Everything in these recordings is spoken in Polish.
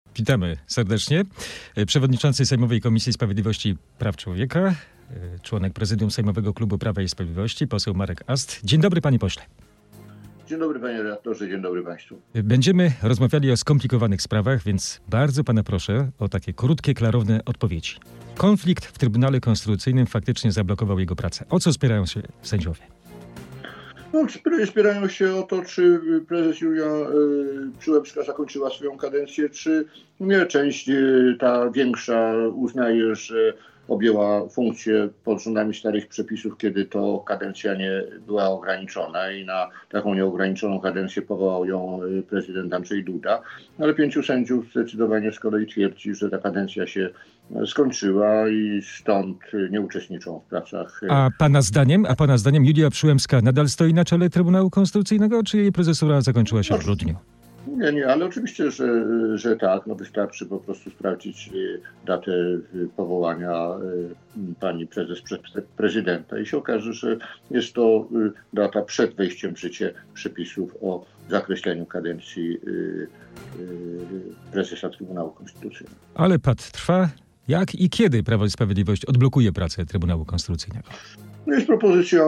Witamy serdecznie. Przewodniczący Sejmowej Komisji Sprawiedliwości i Praw Człowieka, członek Prezydium Sejmowego Klubu Prawa i Sprawiedliwości, poseł Marek Ast. Dzień dobry, panie pośle. Dzień dobry, panie redaktorze, dzień dobry państwu. Będziemy rozmawiali o skomplikowanych sprawach, więc bardzo pana proszę o takie krótkie, klarowne odpowiedzi. Konflikt w Trybunale Konstytucyjnym faktycznie zablokował jego pracę. O co spierają się sędziowie? No, spierają się o to, czy prezes Julia Przyłębska zakończyła swoją kadencję, czy nie. Część ta większa uznaje, że objęła funkcję pod rządami starych przepisów, kiedy to kadencja nie była ograniczona i na taką nieograniczoną kadencję powołał ją prezydent Andrzej Duda. Ale 5 sędziów zdecydowanie z kolei twierdzi, że ta kadencja się skończyła i stąd nie uczestniczą w pracach. A pana zdaniem Julia Przyłębska nadal stoi na czele Trybunału Konstytucyjnego, czy jej prezesura zakończyła się w grudniu? Nie, ale oczywiście, że tak. No wystarczy po prostu sprawdzić datę powołania pani prezes przez prezydenta i się okaże, że jest to data przed wejściem w życie przepisów o zakreśleniu kadencji prezesa Trybunału Konstytucyjnego. Ale pad trwa. Jak i kiedy Prawo i Sprawiedliwość odblokuje pracę Trybunału Konstytucyjnego? No jest propozycja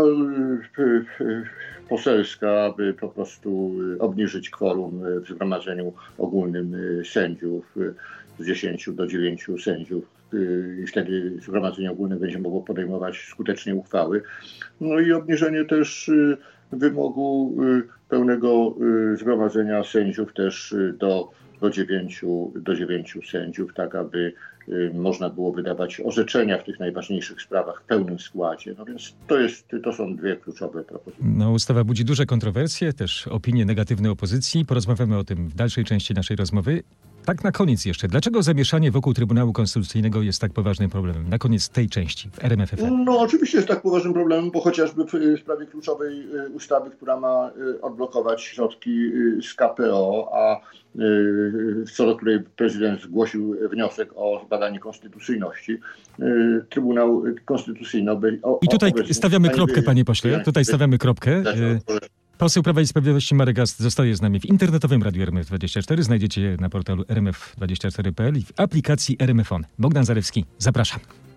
poselska, aby po prostu obniżyć kworum w Zgromadzeniu Ogólnym sędziów z 10 do 9 sędziów i wtedy Zgromadzenie Ogólne będzie mogło podejmować skutecznie uchwały. No i obniżenie też wymogu pełnego zgromadzenia sędziów też do 9 sędziów, tak aby można było wydawać orzeczenia w tych najważniejszych sprawach w pełnym składzie. No więc to są dwie kluczowe propozycje. No, ustawa budzi duże kontrowersje, też opinie negatywne opozycji. Porozmawiamy o tym w dalszej części naszej rozmowy. Tak na koniec jeszcze. Dlaczego zamieszanie wokół Trybunału Konstytucyjnego jest tak poważnym problemem? Na koniec tej części w RMFFM. No oczywiście jest tak poważnym problemem, bo chociażby w sprawie kluczowej ustawy, która ma odblokować środki z KPO, a co do której prezydent zgłosił wniosek o zbadanie konstytucyjności, Trybunał Konstytucyjny... I tutaj stawiamy kropkę, panie pośle. Tutaj stawiamy kropkę. Poseł Prawa i Sprawiedliwości Marek Ast zostaje z nami w internetowym radiu RMF24. Znajdziecie je na portalu rmf24.pl i w aplikacji RMFON. Bogdan Zalewski, zapraszam.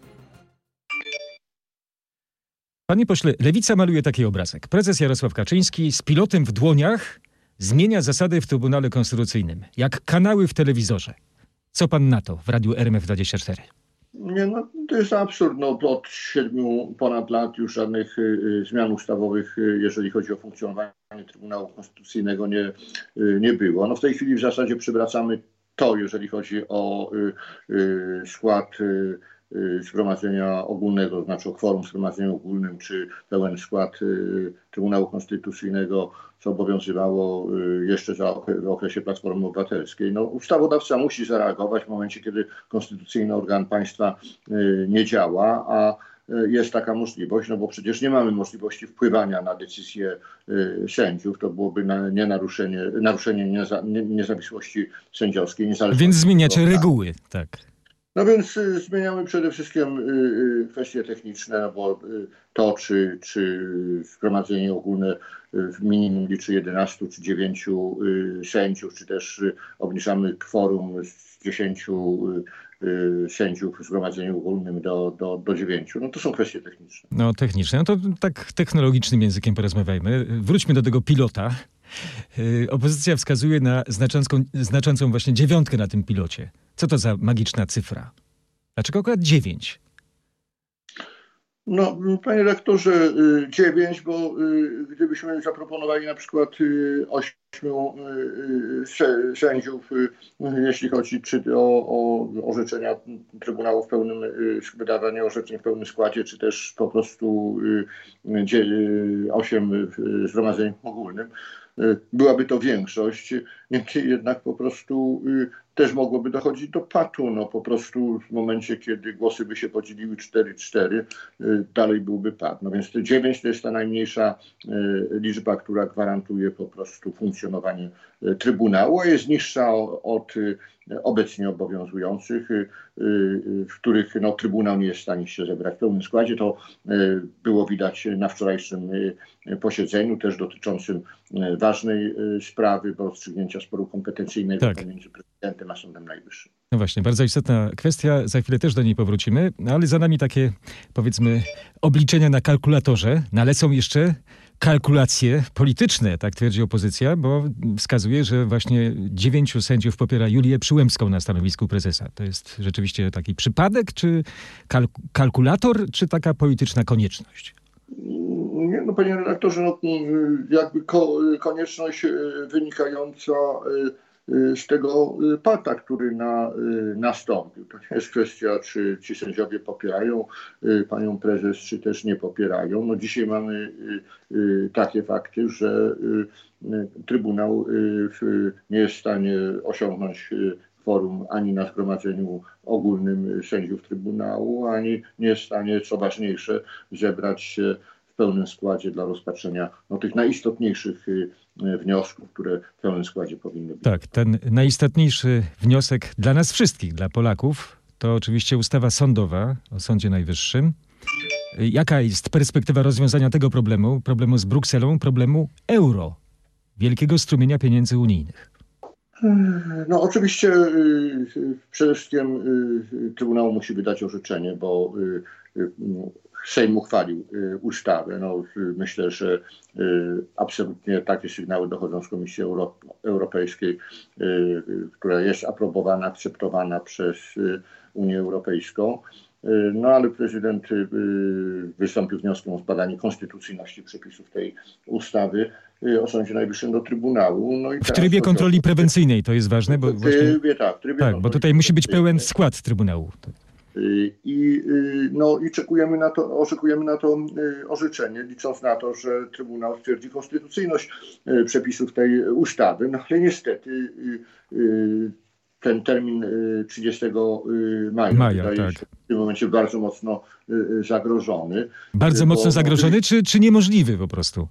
Panie pośle, Lewica maluje taki obrazek. Prezes Jarosław Kaczyński z pilotem w dłoniach zmienia zasady w Trybunale Konstytucyjnym, jak kanały w telewizorze. Co pan na to w radiu RMF24? Nie, no to jest absurd. No, od 7 ponad lat już żadnych zmian ustawowych, jeżeli chodzi o funkcjonowanie Trybunału Konstytucyjnego nie było. No w tej chwili w zasadzie przywracamy to, jeżeli chodzi o skład Zgromadzenia Ogólnego, to znaczy o kworum w Zgromadzeniu Ogólnym, czy pełen skład Trybunału Konstytucyjnego, co obowiązywało jeszcze w okresie Platformy Obywatelskiej. No, ustawodawca musi zareagować w momencie, kiedy konstytucyjny organ państwa nie działa, a jest taka możliwość, no bo przecież nie mamy możliwości wpływania na decyzje sędziów. To byłoby naruszenie niezawisłości sędziowskiej. Więc zmieniacie reguły, tak. No więc zmieniamy przede wszystkim kwestie techniczne, no bo to, czy Zgromadzenie Ogólne w minimum liczy 11 czy 9 sędziów, czy też obniżamy kworum z 10 sędziów w Zgromadzeniu Ogólnym do 9. No to są kwestie techniczne. No techniczne. No to tak technologicznym językiem porozmawiajmy. Wróćmy do tego pilota. Opozycja wskazuje na znaczącą właśnie 9 na tym pilocie. Co to za magiczna cyfra? Dlaczego akurat 9? No, panie rektorze, 9, bo gdybyśmy zaproponowali na przykład 8 sędziów, jeśli chodzi o orzeczenia Trybunału w pełnym, wydawanie orzeczeń w pełnym składzie, czy też po prostu 8 w Zgromadzeniu Ogólnym, byłaby to większość. Niemniej jednak po prostu też mogłoby dochodzić do patu. No po prostu w momencie, kiedy głosy by się podzieliły 4-4, dalej byłby pat. No więc 9 to jest ta najmniejsza liczba, która gwarantuje po prostu funkcjonowanie Trybunału, a jest niższa od obecnie obowiązujących, w których Trybunał nie jest w stanie się zebrać w pełnym składzie. To było widać na wczorajszym posiedzeniu, też dotyczącym ważnej sprawy, bo rozstrzygnięcia sporu kompetencyjnego pomiędzy prezydentem a Sądem Najwyższym. No właśnie, bardzo istotna kwestia, za chwilę też do niej powrócimy, ale za nami takie, powiedzmy, obliczenia na kalkulatorze, no ale są jeszcze kalkulacje polityczne, tak twierdzi opozycja, bo wskazuje, że właśnie 9 sędziów popiera Julię Przyłębską na stanowisku prezesa. To jest rzeczywiście taki przypadek, czy kalkulator, czy taka polityczna konieczność? Nie, panie redaktorze, jakby konieczność wynikająca z tego pata, który nastąpił. To nie jest kwestia, czy ci sędziowie popierają panią prezes, czy też nie popierają. Dzisiaj mamy takie fakty, że Trybunał nie jest w stanie osiągnąć kworum ani na zgromadzeniu ogólnym sędziów Trybunału, ani nie jest w stanie, co ważniejsze, zebrać się w pełnym składzie dla rozpatrzenia tych najistotniejszych wniosków, które w pełnym składzie powinny być. Tak, ten najistotniejszy wniosek dla nas wszystkich, dla Polaków, to oczywiście ustawa sądowa o Sądzie Najwyższym. Jaka jest perspektywa rozwiązania tego problemu z Brukselą, problemu euro, wielkiego strumienia pieniędzy unijnych? Oczywiście przede wszystkim Trybunał musi wydać orzeczenie, bo Sejm uchwalił ustawę. Myślę, że absolutnie takie sygnały dochodzą z Komisji Europejskiej, która jest aprobowana, akceptowana przez Unię Europejską. Ale prezydent wystąpił wnioskiem o zbadanie konstytucyjności przepisów tej ustawy o Sądzie Najwyższym do Trybunału. W trybie kontroli prewencyjnej to jest ważne, bo bo tutaj musi być pełen skład Trybunału. I oczekujemy na to orzeczenie, licząc na to, że Trybunał stwierdzi konstytucyjność przepisów tej ustawy. Ale niestety ten termin 30 maja wydaje się w tym momencie bardzo mocno zagrożony. Bardzo mocno zagrożony, czy niemożliwy po prostu?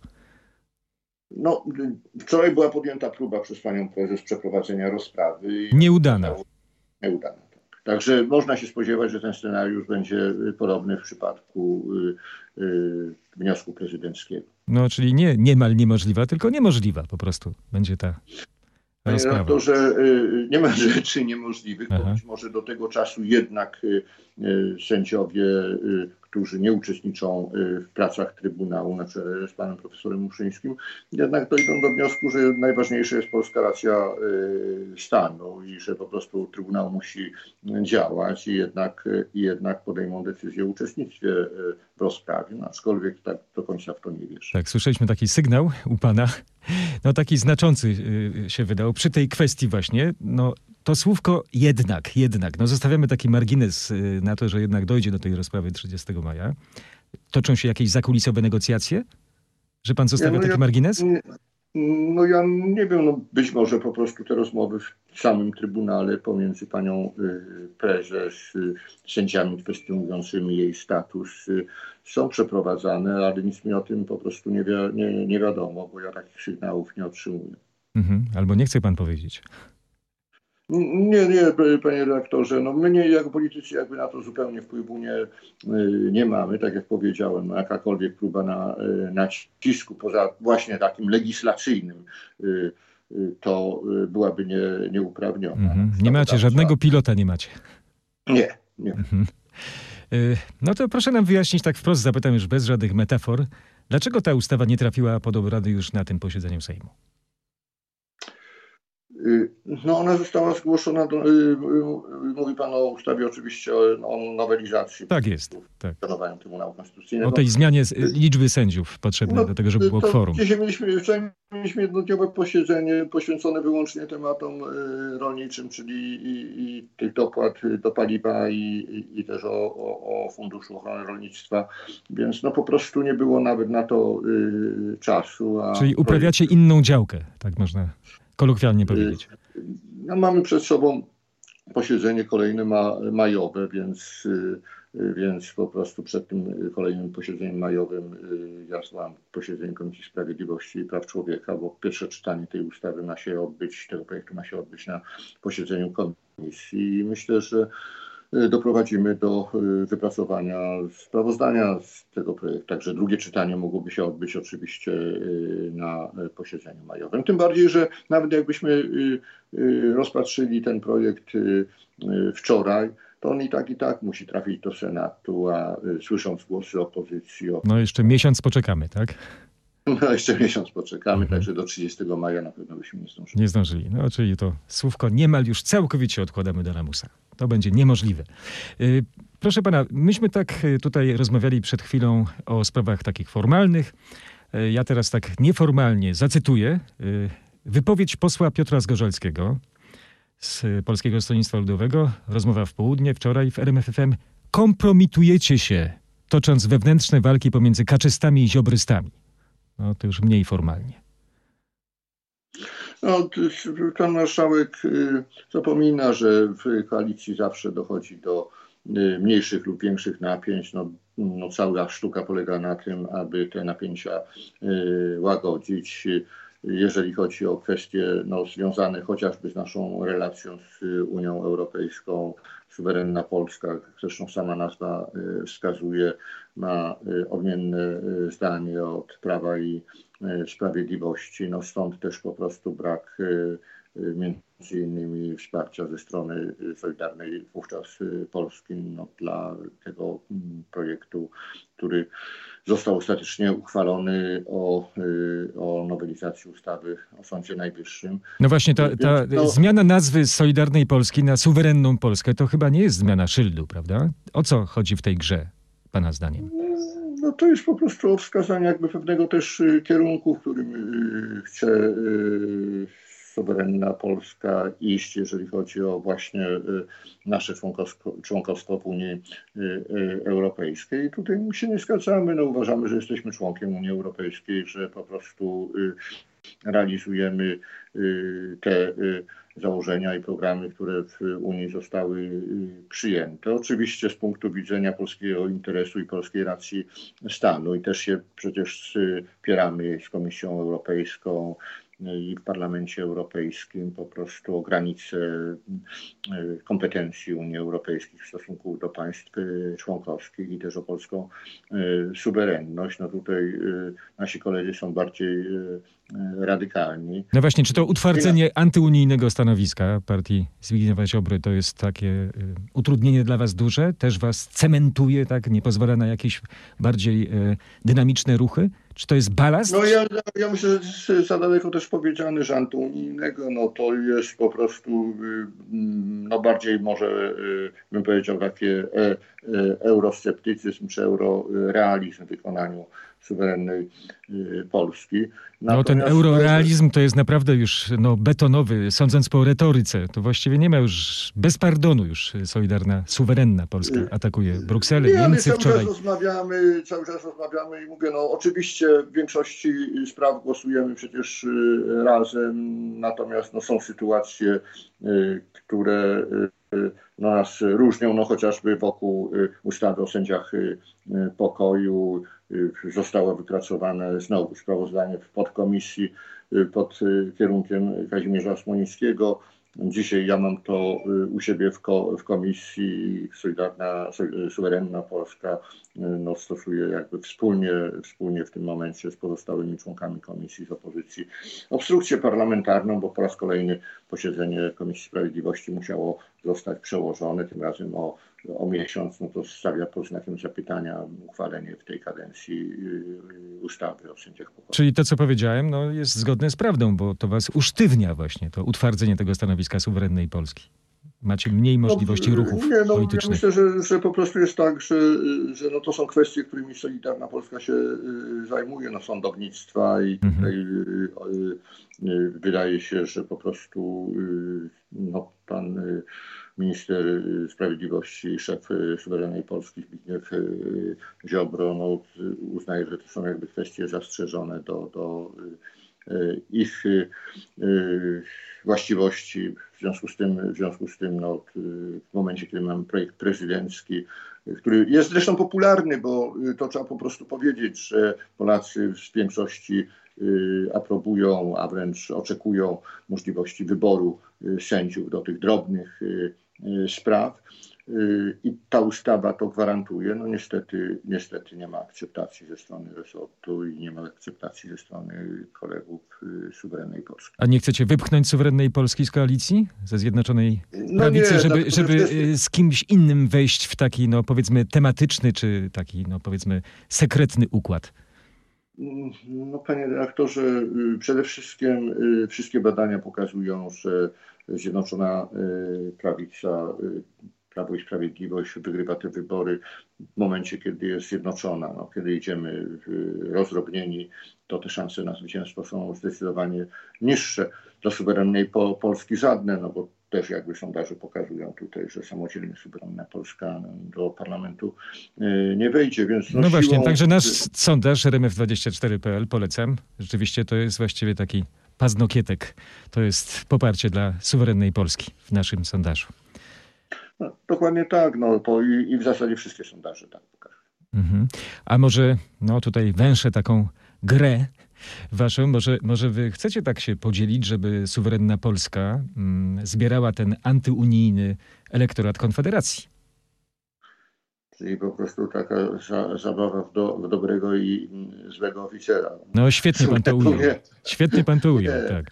Wczoraj była podjęta próba przez panią prezes przeprowadzenia rozprawy. Nieudana. Tak. Także można się spodziewać, że ten scenariusz będzie podobny w przypadku wniosku prezydenckiego. Czyli nie niemal niemożliwa, tylko niemożliwa po prostu będzie ta rozprawa. To, że nie ma rzeczy niemożliwych, bo być może do tego czasu jednak sędziowie, którzy nie uczestniczą w pracach Trybunału na czele z panem profesorem Muszyńskim, jednak dojdą do wniosku, że najważniejsza jest polska racja stanu i że po prostu Trybunał musi działać i jednak podejmą decyzję o uczestnictwie w rozprawie, aczkolwiek tak do końca w to nie wierzę. Tak, słyszeliśmy taki sygnał u pana, taki znaczący się wydał przy tej kwestii właśnie, to słówko jednak. Zostawiamy taki margines na to, że jednak dojdzie do tej rozprawy 30 maja. Toczą się jakieś zakulisowe negocjacje? Że pan zostawia taki margines? Ja nie wiem, być może po prostu te rozmowy w samym Trybunale pomiędzy panią prezes, sędziami kwestionującymi jej status są przeprowadzane, ale nic mi o tym po prostu nie wiadomo, bo ja takich sygnałów nie otrzymuję. Albo nie chce pan powiedzieć. Nie, panie redaktorze. My jako politycy na to zupełnie wpływu nie mamy. Tak jak powiedziałem, jakakolwiek próba nacisku poza właśnie takim legislacyjnym to byłaby nieuprawniona. Nie macie żadnego pilota, nie macie. Nie. To proszę nam wyjaśnić tak wprost, zapytam już bez żadnych metafor, dlaczego ta ustawa nie trafiła pod obrady już na tym posiedzeniu Sejmu? Ona została zgłoszona, mówi pan o ustawie oczywiście o nowelizacji. Tak jest. Tak. Trybunału Konstytucyjnego. O tej zmianie liczby sędziów potrzebnej do tego, żeby było kworum. Mieliśmy jednodniowe posiedzenie poświęcone wyłącznie tematom rolniczym, czyli i tych dopłat do paliwa i też o Funduszu Ochrony Rolnictwa, więc po prostu nie było nawet na to czasu. Czyli uprawiacie inną działkę, tak można kolokwialnie powiedzieć. Mamy przed sobą posiedzenie kolejne majowe, więc więc po prostu przed tym kolejnym posiedzeniem majowym ja zwołam posiedzenie Komisji Sprawiedliwości i Praw Człowieka, bo pierwsze czytanie tej ustawy ma się odbyć, tego projektu ma się odbyć na posiedzeniu komisji i myślę, że doprowadzimy do wypracowania sprawozdania z tego projektu. Także drugie czytanie mogłoby się odbyć oczywiście na posiedzeniu majowym. Tym bardziej, że nawet jakbyśmy rozpatrzyli ten projekt wczoraj, to on i tak musi trafić do Senatu, a słysząc głosy opozycji... No jeszcze miesiąc poczekamy, tak? No jeszcze miesiąc poczekamy, także do 30 maja na pewno byśmy nie zdążyli. Nie zdążyli. No czyli to słówko niemal już całkowicie odkładamy do lamusa. To będzie niemożliwe. Proszę pana, myśmy tak tutaj rozmawiali przed chwilą o sprawach takich formalnych. Ja teraz tak nieformalnie zacytuję wypowiedź posła Piotra Zgorzelskiego z Polskiego Stronnictwa Ludowego. Rozmowa w południe, wczoraj w RMF FM. Kompromitujecie się, tocząc wewnętrzne walki pomiędzy kaczystami i ziobrystami. No to już mniej formalnie. No, pan marszałek zapomina, że w koalicji zawsze dochodzi do mniejszych lub większych napięć. No, cała sztuka polega na tym, aby te napięcia łagodzić. Jeżeli chodzi o kwestie związane chociażby z naszą relacją z Unią Europejską, suwerenna Polska, zresztą sama nazwa wskazuje, ma odmienne zdanie od Prawa i Sprawiedliwości. No stąd też po prostu brak między innymi wsparcia ze strony Solidarnej wówczas Polski dla tego projektu, który został ostatecznie uchwalony o nowelizacji ustawy o Sądzie Najwyższym. No właśnie, ta zmiana nazwy Solidarnej Polski na suwerenną Polskę to chyba nie jest zmiana szyldu, prawda? O co chodzi w tej grze, pana zdaniem? No to jest po prostu wskazanie jakby pewnego też kierunku, w którym chce suwerenna Polska iść, jeżeli chodzi o właśnie nasze członkostwo w Unii Europejskiej. Tutaj my się nie zgadzamy. No, uważamy, że jesteśmy członkiem Unii Europejskiej, że po prostu realizujemy te założenia i programy, które w Unii zostały przyjęte. Oczywiście z punktu widzenia polskiego interesu i polskiej racji stanu i też się przecież spieramy z Komisją Europejską i w Parlamencie Europejskim po prostu o granice kompetencji Unii Europejskiej w stosunku do państw członkowskich i też o polską suwerenność. No tutaj nasi koledzy są bardziej radykalni. No właśnie, czy to utwardzenie antyunijnego stanowiska partii Zbigniewa Ziobry to jest takie utrudnienie dla was duże? Też was cementuje, tak? Nie pozwala na jakieś bardziej dynamiczne ruchy? Czy to jest balast? No ja myślę, że za daleko też powiedziane, że antyunijnego, no to jest po prostu bardziej może bym powiedział takie eurosceptycyzm czy eurorealizm w wykonaniu suwerennej Polski. No ten eurorealizm to jest naprawdę już betonowy, sądząc po retoryce. To właściwie nie ma już, bez pardonu już suwerenna Polska atakuje Brukselę, Niemcy wczoraj. Cały czas rozmawiamy i mówię, oczywiście w większości spraw głosujemy przecież razem, natomiast są sytuacje, które nas różnią, chociażby wokół ustawy o sędziach pokoju zostało wypracowane znowu sprawozdanie w podkomisji pod kierunkiem Kazimierza Smolińskiego. Dzisiaj ja mam to u siebie w komisji. Suwerenna Polska stosuje jakby wspólnie w tym momencie z pozostałymi członkami komisji z opozycji obstrukcję parlamentarną, bo po raz kolejny posiedzenie Komisji Sprawiedliwości musiało zostać przełożone, tym razem o miesiąc. To stawia pod znakiem zapytania uchwalenie w tej kadencji ustawy o sędziach pokoju. Czyli to, co powiedziałem, jest zgodne z prawdą, bo to was usztywnia właśnie to utwardzenie tego stanowiska suwerennej Polski. Macie mniej możliwości ruchów politycznych. Ja myślę, że po prostu jest tak, że to są kwestie, którymi Solidarna Polska się zajmuje, sądownictwa i tutaj wydaje się, że po prostu pan minister sprawiedliwości, szef suwerennej Polski Zbigniew Ziobro uznaje, że to są jakby kwestie zastrzeżone do ich właściwości. W związku z tym no, w momencie, kiedy mamy projekt prezydencki, który jest zresztą popularny, bo to trzeba po prostu powiedzieć, że Polacy w większości aprobują, a wręcz oczekują możliwości wyboru sędziów do tych drobnych spraw. I ta ustawa to gwarantuje. No niestety nie ma akceptacji ze strony resortu i nie ma akceptacji ze strony kolegów suwerennej Polski. A nie chcecie wypchnąć suwerennej Polski z koalicji? Ze Zjednoczonej Prawicy, żeby z kimś innym wejść w taki, no powiedzmy, tematyczny, czy taki, no powiedzmy, sekretny układ? No panie redaktorze, przede wszystkim wszystkie badania pokazują, że Zjednoczona Prawica, Prawo i Sprawiedliwość wygrywa te wybory w momencie, kiedy jest zjednoczona. No, kiedy idziemy rozdrobnieni, to te szanse na zwycięstwo są zdecydowanie niższe. Dla suwerennej Polski żadne, no bo też jakby sondaże pokazują tutaj, że samodzielnie suwerenna Polska do parlamentu nie wejdzie. Więc no właśnie, także nasz sondaż RMF24.pl polecam. Rzeczywiście to jest właściwie taki paznokietek. To jest poparcie dla suwerennej Polski w naszym sondażu. No, dokładnie tak, no to i w zasadzie wszystkie sondaże tak pokażą. A może, no tutaj węszę taką grę waszą, może wy chcecie tak się podzielić, żeby suwerenna Polska zbierała ten antyunijny elektorat Konfederacji? Czyli po prostu taka zabawa w dobrego i złego oficera. No świetnie pan to ujął. Świetnie pan to ujął, tak.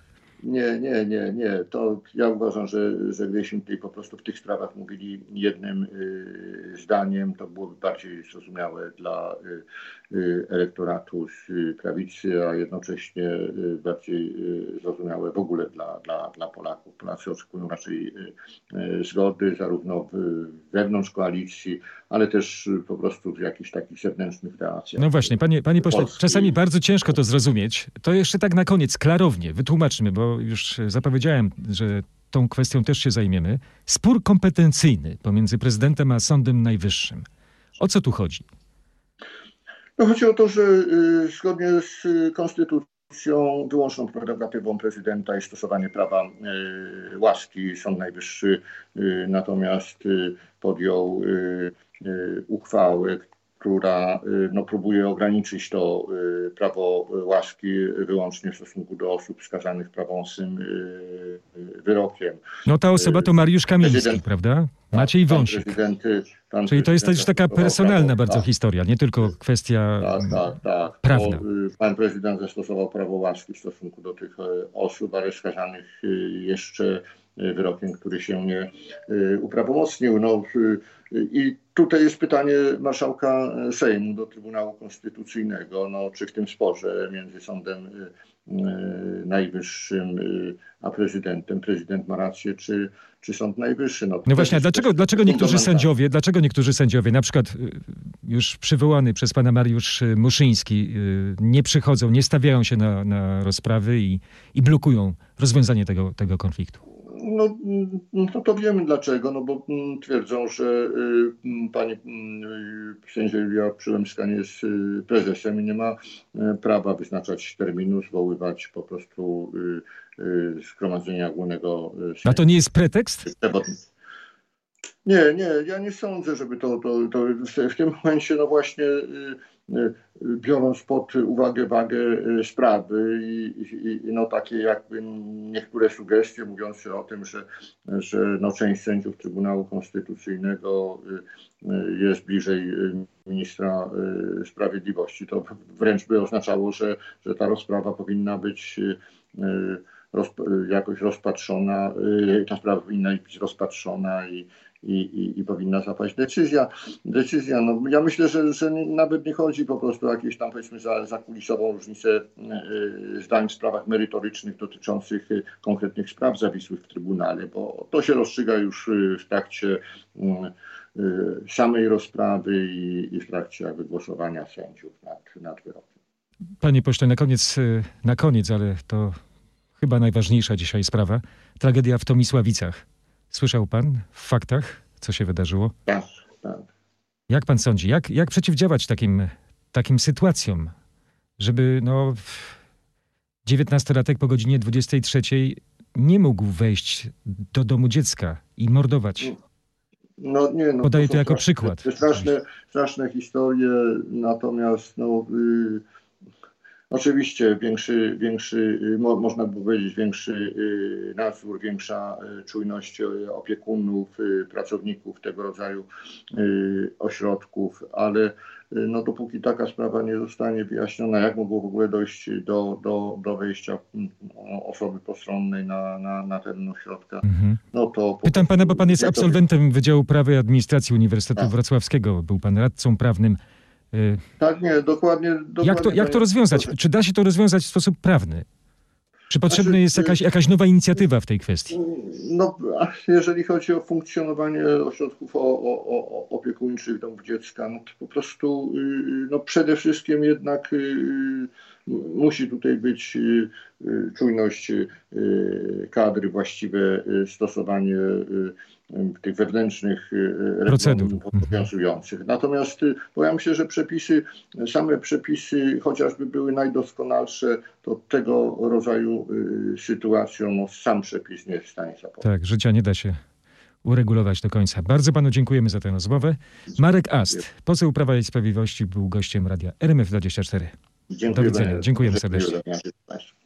Nie. To ja uważam, że gdybyśmy tutaj po prostu w tych sprawach mówili jednym zdaniem, to byłoby bardziej zrozumiałe dla elektoratu z prawicy, a jednocześnie bardziej zrozumiałe w ogóle dla Polaków. Polacy oczekują raczej zgody zarówno wewnątrz koalicji, ale też po prostu w jakichś takich zewnętrznych relacjach. No właśnie, panie pośle, czasami bardzo ciężko to zrozumieć. To jeszcze tak na koniec, klarownie, wytłumaczmy, bo już zapowiedziałem, że tą kwestią też się zajmiemy. Spór kompetencyjny pomiędzy prezydentem a Sądem Najwyższym. O co tu chodzi? No chodzi o to, że zgodnie z konstytucją wyłączną prerogatywą prezydenta jest stosowanie prawa łaski. Sąd Najwyższy natomiast podjął uchwałę, która no, próbuje ograniczyć to prawo łaski wyłącznie w stosunku do osób skazanych prawomocnym wyrokiem. No ta osoba to Mariusz Kamiński, prawda? Maciej Wąsik. Czyli to jest też taka personalna bardzo historia, nie tylko kwestia prawna. Pan prezydent zastosował prawo łaski w stosunku do tych osób, ale skazanych jeszcze wyrokiem, który się nie uprawomocnił. No, i tutaj jest pytanie marszałka Sejmu do Trybunału Konstytucyjnego, no, czy w tym sporze między Sądem Najwyższym a prezydentem, prezydent ma rację, czy Sąd Najwyższy. No właśnie, a dlaczego niektórzy sędziowie, na przykład już przywołany przez pana Mariusz Muszyński, nie przychodzą, nie stawiają się na rozprawy i blokują rozwiązanie tego konfliktu? No to wiemy dlaczego, no bo twierdzą, że pani sędzia Julia Przyłębska nie jest prezesem i nie ma prawa wyznaczać terminu, zwoływać po prostu zgromadzenia ogólnego. A to nie jest pretekst? Nie, ja nie sądzę, żeby to w tym momencie, no właśnie biorąc pod uwagę wagę sprawy i no takie jakby niektóre sugestie mówiące o tym, że no część sędziów Trybunału Konstytucyjnego jest bliżej ministra sprawiedliwości, to wręcz by oznaczało, że ta rozprawa powinna być jakoś rozpatrzona, ta sprawa powinna być rozpatrzona i powinna zapaść decyzja. No, ja myślę, że nawet nie chodzi po prostu o jakieś tam powiedzmy zakulisową różnicę zdań w sprawach merytorycznych dotyczących konkretnych spraw zawisłych w Trybunale, bo to się rozstrzyga już w trakcie samej rozprawy i w trakcie jakby głosowania sędziów nad wyrokiem. Panie pośle, na koniec, ale to chyba najważniejsza dzisiaj sprawa. Tragedia w Tomisławicach. Słyszał pan w faktach, co się wydarzyło? Tak. Jak pan sądzi, jak przeciwdziałać takim sytuacjom, żeby 19-latek po godzinie 23 nie mógł wejść do domu dziecka i mordować. No nie, no, Podaję to są jako przykład. straszne historie, natomiast oczywiście można by powiedzieć, większy nadzór, większa czujność opiekunów, pracowników tego rodzaju ośrodków, ale dopóki taka sprawa nie zostanie wyjaśniona, jak mogło w ogóle dojść do wejścia osoby postronnej na teren ośrodka, no to... Pytam pana, bo pan jest absolwentem Wydziału Prawa i Administracji Uniwersytetu Wrocławskiego. Był pan radcą prawnym. Tak, nie, dokładnie. Jak to rozwiązać? Czy da się to rozwiązać w sposób prawny? Czy potrzebna jest jakaś nowa inicjatywa w tej kwestii? No, jeżeli chodzi o funkcjonowanie ośrodków opiekuńczych, domów dziecka, no to po prostu przede wszystkim jednak musi tutaj być czujność kadry, właściwe stosowanie tych wewnętrznych procedur obowiązujących. Natomiast bo ja myślę, że same przepisy, chociażby były najdoskonalsze, to tego rodzaju sytuacją sam przepis nie jest w stanie zapobiec. Tak, życia nie da się uregulować do końca. Bardzo panu dziękujemy za tę rozmowę. Marek Ast, poseł Prawa i Sprawiedliwości, był gościem radia RMF24. Dziękuję. Do widzenia. Dziękujemy serdecznie.